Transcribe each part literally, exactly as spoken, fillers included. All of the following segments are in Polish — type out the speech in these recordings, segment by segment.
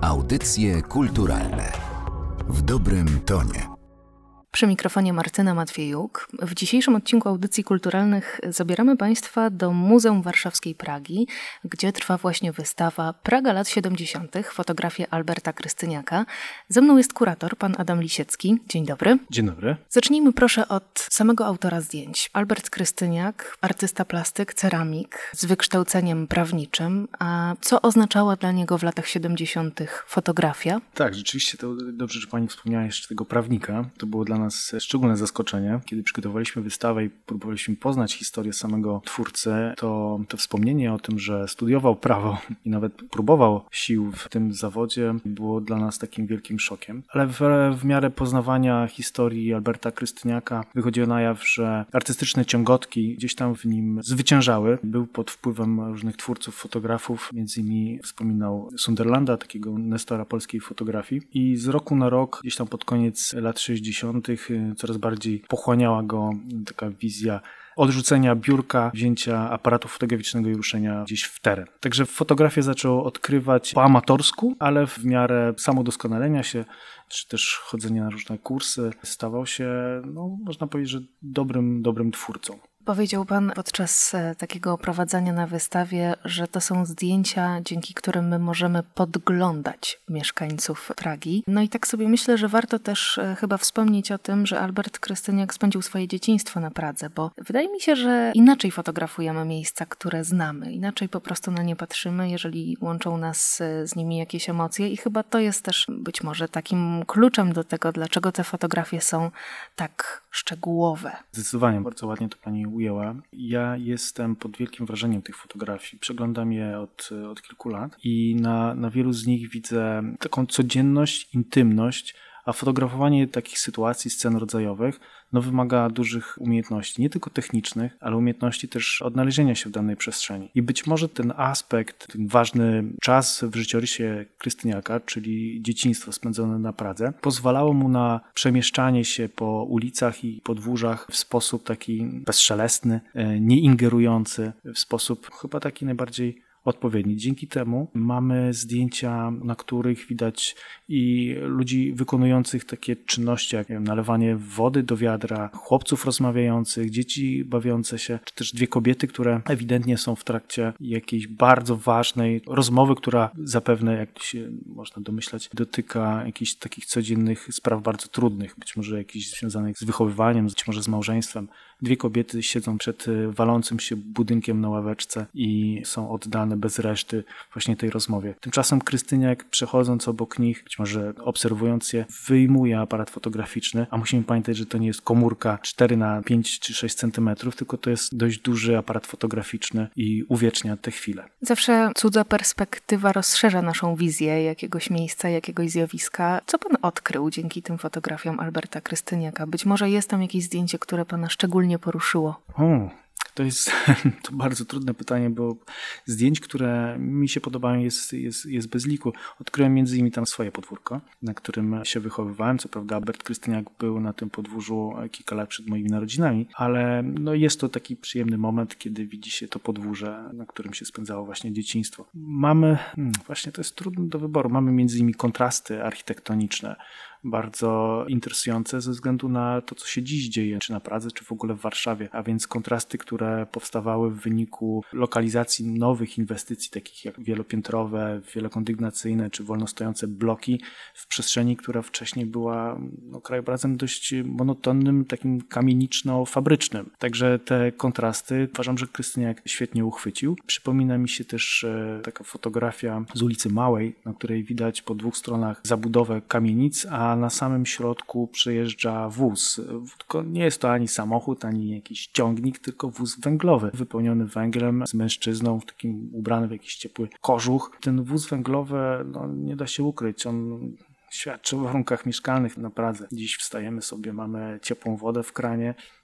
Audycje kulturalne w dobrym tonie. Przy mikrofonie Martyna Matwiejuk. W dzisiejszym odcinku Audycji Kulturalnych zabieramy Państwa do Muzeum Warszawskiej Pragi, gdzie trwa właśnie wystawa Praga lat siedemdziesiątych. Fotografie Alberta Krystyniaka. Ze mną jest kurator, pan Adam Lisiecki. Dzień dobry. Dzień dobry. Zacznijmy proszę od samego autora zdjęć. Albert Krystyniak, artysta plastyk, ceramik z wykształceniem prawniczym. A co oznaczała dla niego w latach siedemdziesiątych fotografia? Tak, rzeczywiście to dobrze, że pani wspomniała jeszcze tego prawnika. To było dla nas szczególne zaskoczenie. Kiedy przygotowaliśmy wystawę i próbowaliśmy poznać historię samego twórcy, to, to wspomnienie o tym, że studiował prawo i nawet próbował sił w tym zawodzie, było dla nas takim wielkim szokiem. Ale w, w miarę poznawania historii Alberta Krystyniaka wychodziło na jaw, że artystyczne ciągotki gdzieś tam w nim zwyciężały. Był pod wpływem różnych twórców, fotografów, między innymi wspominał Sunderlanda, takiego nestora polskiej fotografii. I z roku na rok, gdzieś tam pod koniec lat sześćdziesiątych coraz bardziej pochłaniała go taka wizja odrzucenia biurka, wzięcia aparatu fotograficznego i ruszenia gdzieś w teren. Także fotografię zaczął odkrywać po amatorsku, ale w miarę samodoskonalenia się, czy też chodzenia na różne kursy, stawał się, no można powiedzieć, że dobrym, dobrym twórcą. Powiedział pan podczas takiego oprowadzania na wystawie, że to są zdjęcia, dzięki którym my możemy podglądać mieszkańców Pragi. No i tak sobie myślę, że warto też chyba wspomnieć o tym, że Albert Krystyniak spędził swoje dzieciństwo na Pradze, bo wydaje mi się, że inaczej fotografujemy miejsca, które znamy, inaczej po prostu na nie patrzymy, jeżeli łączą nas z nimi jakieś emocje i chyba to jest też być może takim kluczem do tego, dlaczego te fotografie są tak szczegółowe. Zdecydowanie, bardzo ładnie to pani ujęła. Ja jestem pod wielkim wrażeniem tych fotografii. Przeglądam je od, od kilku lat i na, na wielu z nich widzę taką codzienność, intymność, a fotografowanie takich sytuacji, scen rodzajowych no wymaga dużych umiejętności, nie tylko technicznych, ale umiejętności też odnalezienia się w danej przestrzeni. I być może ten aspekt, ten ważny czas w życiorysie Krystyniaka, czyli dzieciństwo spędzone na Pradze, pozwalało mu na przemieszczanie się po ulicach i podwórzach w sposób taki bezszelestny, nie ingerujący, w sposób chyba taki najbardziej odpowiedni. Dzięki temu mamy zdjęcia, na których widać i ludzi wykonujących takie czynności, jak nie wiem, nalewanie wody do wiadra, chłopców rozmawiających, dzieci bawiące się, czy też dwie kobiety, które ewidentnie są w trakcie jakiejś bardzo ważnej rozmowy, która zapewne, jak się można domyślać, dotyka jakichś takich codziennych spraw bardzo trudnych, być może jakichś związanych z wychowywaniem, być może z małżeństwem. Dwie kobiety siedzą przed walącym się budynkiem na ławeczce i są oddane bez reszty właśnie tej rozmowie. Tymczasem Krystyniak, przechodząc obok nich, być może obserwując je, wyjmuje aparat fotograficzny, a musimy pamiętać, że to nie jest komórka cztery na pięć czy sześć centymetrów, tylko to jest dość duży aparat fotograficzny i uwiecznia te chwile. Zawsze cudza perspektywa rozszerza naszą wizję jakiegoś miejsca, jakiegoś zjawiska. Co pan odkrył dzięki tym fotografiom Alberta Krystyniaka? Być może jest tam jakieś zdjęcie, które pana szczególnie poruszyło? Hmm. To jest to bardzo trudne pytanie, bo zdjęć, które mi się podobają, jest, jest, jest bez liku. Odkryłem między innymi tam swoje podwórko, na którym się wychowywałem. Co prawda Albert Krystyniak był na tym podwórzu kilka lat przed moimi narodzinami, ale no jest to taki przyjemny moment, kiedy widzi się to podwórze, na którym się spędzało właśnie dzieciństwo. Mamy, hmm, właśnie to jest trudne do wyboru, mamy między innymi kontrasty architektoniczne, bardzo interesujące ze względu na to, co się dziś dzieje, czy na Pradze, czy w ogóle w Warszawie, a więc kontrasty, które powstawały w wyniku lokalizacji nowych inwestycji, takich jak wielopiętrowe, wielokondygnacyjne, czy wolnostojące bloki w przestrzeni, która wcześniej była no, krajobrazem dość monotonnym, takim kamieniczno-fabrycznym. Także te kontrasty uważam, że Krystyniak świetnie uchwycił. Przypomina mi się też e, taka fotografia z ulicy Małej, na której widać po dwóch stronach zabudowę kamienic, a na samym środku przejeżdża wóz. Tylko nie jest to ani samochód, ani jakiś ciągnik, tylko wóz węglowy, wypełniony węglem, z mężczyzną w takim ubrany w jakiś ciepły kożuch. Ten wóz węglowy, no, nie da się ukryć, on świadczy o warunkach mieszkalnych na Pradze. Dziś wstajemy sobie, mamy ciepłą wodę w kranie,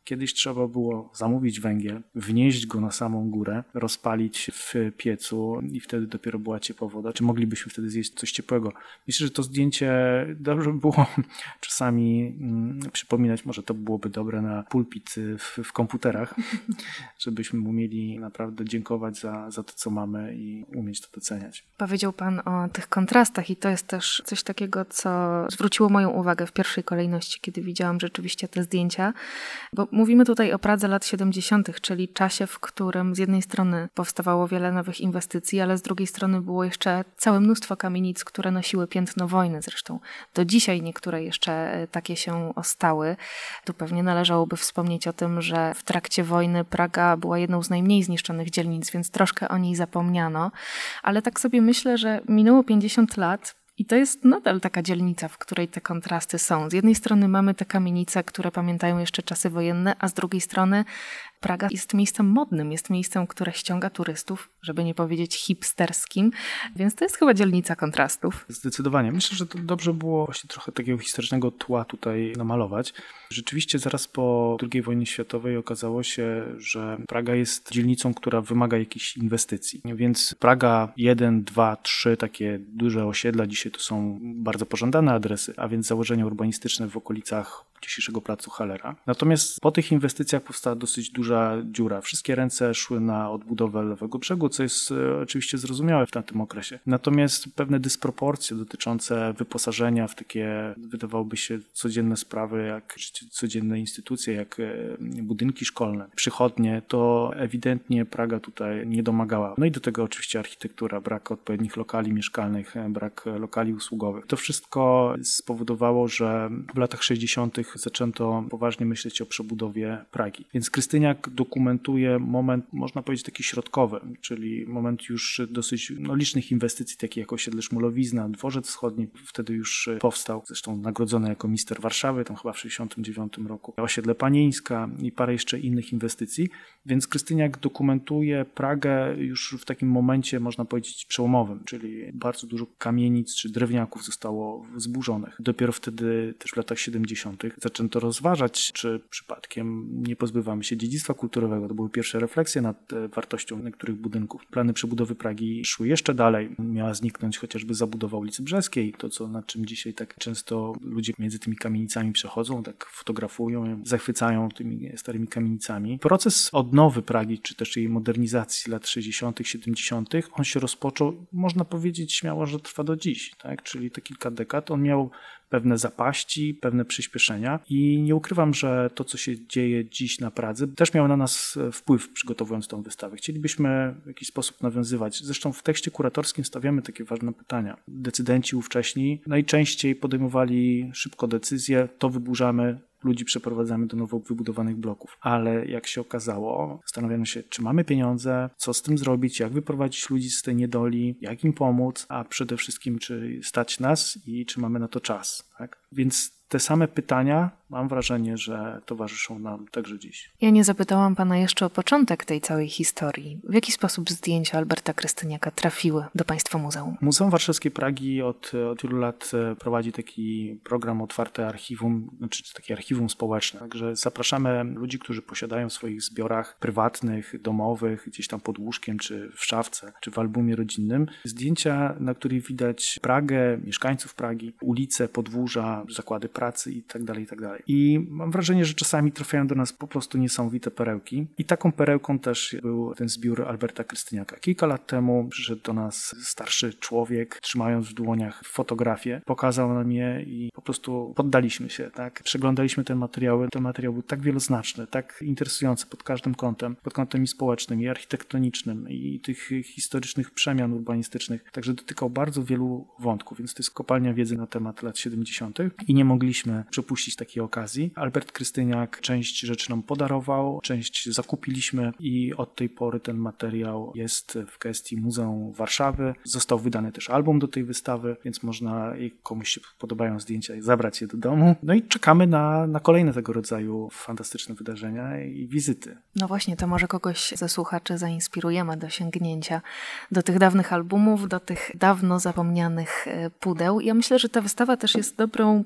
Kiedyś trzeba było zamówić węgiel, wnieść go na samą górę, rozpalić w piecu i wtedy dopiero była ciepła woda. Czy moglibyśmy wtedy zjeść coś ciepłego? Myślę, że to zdjęcie dobrze by było czasami mm, przypominać, może to byłoby dobre na pulpit w, w komputerach, żebyśmy umieli naprawdę dziękować za, za to, co mamy i umieć to doceniać. Powiedział Pan o tych kontrastach i to jest też coś takiego, co zwróciło moją uwagę w pierwszej kolejności, kiedy widziałam rzeczywiście te zdjęcia, bo mówimy tutaj o Pradze lat siedemdziesiątych, czyli czasie, w którym z jednej strony powstawało wiele nowych inwestycji, ale z drugiej strony było jeszcze całe mnóstwo kamienic, które nosiły piętno wojny. Zresztą do dzisiaj niektóre jeszcze takie się ostały. Tu pewnie należałoby wspomnieć o tym, że w trakcie wojny Praga była jedną z najmniej zniszczonych dzielnic, więc troszkę o niej zapomniano. Ale tak sobie myślę, że minęło pięćdziesiąt lat i to jest nadal taka dzielnica, w której te kontrasty są. Z jednej strony mamy te kamienice, które pamiętają jeszcze czasy wojenne, a z drugiej strony Praga jest miejscem modnym, jest miejscem, które ściąga turystów, żeby nie powiedzieć hipsterskim, więc to jest chyba dzielnica kontrastów. Zdecydowanie. Myślę, że to dobrze było właśnie trochę takiego historycznego tła tutaj namalować. Rzeczywiście zaraz po drugiej wojnie światowej okazało się, że Praga jest dzielnicą, która wymaga jakichś inwestycji. Więc Praga jeden, dwa, trzy takie duże osiedla, dzisiaj to są bardzo pożądane adresy, a więc założenia urbanistyczne w okolicach dzisiejszego placu Hallera. Natomiast po tych inwestycjach powstała dosyć duża dziura. Wszystkie ręce szły na odbudowę lewego brzegu, co jest e, oczywiście zrozumiałe w tamtym okresie. Natomiast pewne dysproporcje dotyczące wyposażenia w takie, wydawałoby się, codzienne sprawy, jak codzienne instytucje, jak e, budynki szkolne, przychodnie, to ewidentnie Praga tutaj nie domagała. No i do tego oczywiście architektura, brak odpowiednich lokali mieszkalnych, brak lokali usługowych. To wszystko spowodowało, że w latach sześćdziesiątych zaczęto poważnie myśleć o przebudowie Pragi. Więc Krystyniak dokumentuje moment, można powiedzieć, taki środkowy, czyli moment już dosyć no, licznych inwestycji, takich jak osiedle Szmulowizna, Dworzec Wschodni, wtedy już powstał, zresztą nagrodzony jako mister Warszawy, tam chyba w sześćdziesiątym dziewiątym roku, osiedle Panieńska i parę jeszcze innych inwestycji. Więc Krystyniak dokumentuje Pragę już w takim momencie, można powiedzieć, przełomowym, czyli bardzo dużo kamienic czy drewniaków zostało zburzonych. Dopiero wtedy, też w latach siedemdziesiątych, zaczęto rozważać, czy przypadkiem nie pozbywamy się dziedzictwa kulturowego. To były pierwsze refleksje nad wartością niektórych budynków. Plany przebudowy Pragi szły jeszcze dalej. Miała zniknąć chociażby zabudowa ulicy Brzeskiej, to co nad czym dzisiaj tak często ludzie między tymi kamienicami przechodzą, tak fotografują, zachwycają tymi starymi kamienicami. Proces odnowy Pragi, czy też jej modernizacji lat sześćdziesiątych, siedemdziesiątych, on się rozpoczął, można powiedzieć śmiało, że trwa do dziś, tak? Czyli te kilka dekad. On miał pewne zapaści, pewne przyspieszenia i nie ukrywam, że to, co się dzieje dziś na Pradze, też miało na nas wpływ, przygotowując tę wystawę. Chcielibyśmy w jakiś sposób nawiązywać. Zresztą w tekście kuratorskim stawiamy takie ważne pytania. Decydenci ówcześni najczęściej podejmowali szybko decyzje, to wyburzamy, ludzi przeprowadzamy do nowo wybudowanych bloków. Ale jak się okazało, zastanawiano się, czy mamy pieniądze, co z tym zrobić, jak wyprowadzić ludzi z tej niedoli, jak im pomóc, a przede wszystkim, czy stać nas i czy mamy na to czas. Tak? Więc te same pytania, mam wrażenie, że towarzyszą nam także dziś. Ja nie zapytałam Pana jeszcze o początek tej całej historii. W jaki sposób zdjęcia Alberta Krystyniaka trafiły do Państwa Muzeum? Muzeum Warszawskiej Pragi od, od wielu lat prowadzi taki program Otwarte Archiwum, znaczy takie archiwum społeczne. Także zapraszamy ludzi, którzy posiadają w swoich zbiorach prywatnych, domowych, gdzieś tam pod łóżkiem, czy w szafce, czy w albumie rodzinnym, zdjęcia, na których widać Pragę, mieszkańców Pragi, ulice, podwórza, zakłady pracy i tak dalej, i tak dalej. I mam wrażenie, że czasami trafiają do nas po prostu niesamowite perełki. I taką perełką też był ten zbiór Alberta Krystyniaka. Kilka lat temu przyszedł do nas starszy człowiek, trzymając w dłoniach fotografię, pokazał nam je i po prostu poddaliśmy się, tak? Przeglądaliśmy te materiały. Ten materiał był tak wieloznaczny, tak interesujący pod każdym kątem, pod kątem i społecznym, i architektonicznym, i tych historycznych przemian urbanistycznych. Także dotykał bardzo wielu wątków, więc to jest kopalnia wiedzy na temat lat siedemdziesiątych i nie mogliśmy przepuścić takiej okazji. Albert Krystyniak część rzeczy nam podarował, część zakupiliśmy i od tej pory ten materiał jest w gestii Muzeum Warszawy. Został wydany też album do tej wystawy, więc można, jak komuś się podobają zdjęcia, zabrać je do domu. No i czekamy na, na kolejne tego rodzaju fantastyczne wydarzenia i wizyty. No właśnie, to może kogoś ze słuchaczy zainspirujemy do sięgnięcia do tych dawnych albumów, do tych dawno zapomnianych pudeł. Ja myślę, że ta wystawa też jest dobrą przestrzenią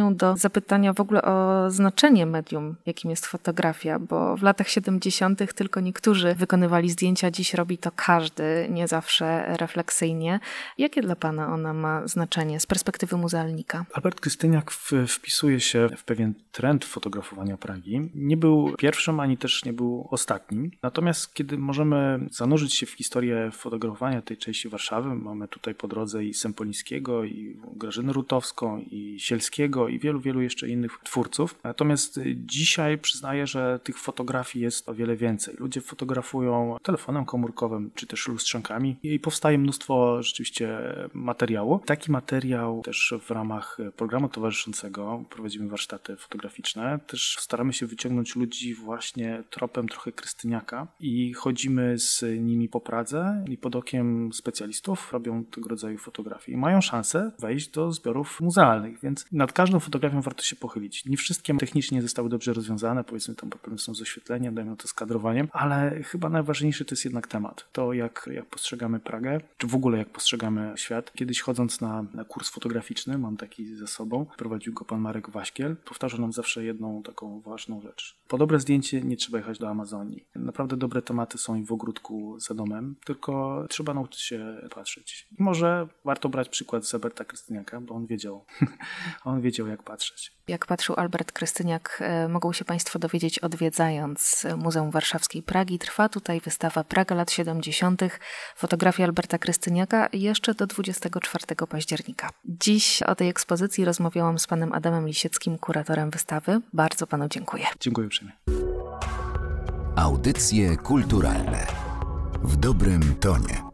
skłaniają do zapytania w ogóle o znaczenie medium, jakim jest fotografia, bo w latach siedemdziesiątych tylko niektórzy wykonywali zdjęcia, dziś robi to każdy, nie zawsze refleksyjnie. Jakie dla Pana ona ma znaczenie z perspektywy muzealnika? Albert Krystyniak w, wpisuje się w pewien trend fotografowania Pragi. Nie był pierwszym, ani też nie był ostatnim. Natomiast kiedy możemy zanurzyć się w historię fotografowania tej części Warszawy, mamy tutaj po drodze i Sempolińskiego, i Grażynę Rutowską, i Sielskiego, i wielu, wielu jeszcze innych twórców. Natomiast dzisiaj przyznaję, że tych fotografii jest o wiele więcej. Ludzie fotografują telefonem komórkowym, czy też lustrzankami i powstaje mnóstwo rzeczywiście materiału. Taki materiał też w ramach programu towarzyszącego prowadzimy warsztaty fotograficzne. Też staramy się wyciągnąć ludzi właśnie tropem trochę Krystyniaka i chodzimy z nimi po Pradze i pod okiem specjalistów robią tego rodzaju fotografie i mają szansę wejść do zbiorów muzealnych, więc nad każdą fotografią warto się pochylić. Nie wszystkie technicznie zostały dobrze rozwiązane, powiedzmy tam problem są z oświetleniem, dajmy to z kadrowaniem, ale chyba najważniejszy to jest jednak temat. To jak, jak postrzegamy Pragę, czy w ogóle jak postrzegamy świat. Kiedyś chodząc na, na kurs fotograficzny, mam taki ze sobą, prowadził go pan Marek Waśkiel, powtarzał nam zawsze jedną taką ważną rzecz. Po dobre zdjęcie nie trzeba jechać do Amazonii. Naprawdę dobre tematy są i w ogródku za domem, tylko trzeba nauczyć się patrzeć. I może warto brać przykład z Alberta Krystyniaka, bo on wiedział, on wiedział jak patrzeć. Jak patrzył Albert Krystyniak, mogą się Państwo dowiedzieć odwiedzając Muzeum Warszawskiej Pragi. Trwa tutaj wystawa Praga lat siedemdziesiątych. Fotografia Alberta Krystyniaka jeszcze do dwudziestego czwartego października. Dziś o tej ekspozycji rozmawiałam z panem Adamem Lisieckim, kuratorem wystawy. Bardzo panu dziękuję. Dziękuję uprzejmie. Audycje kulturalne w dobrym tonie.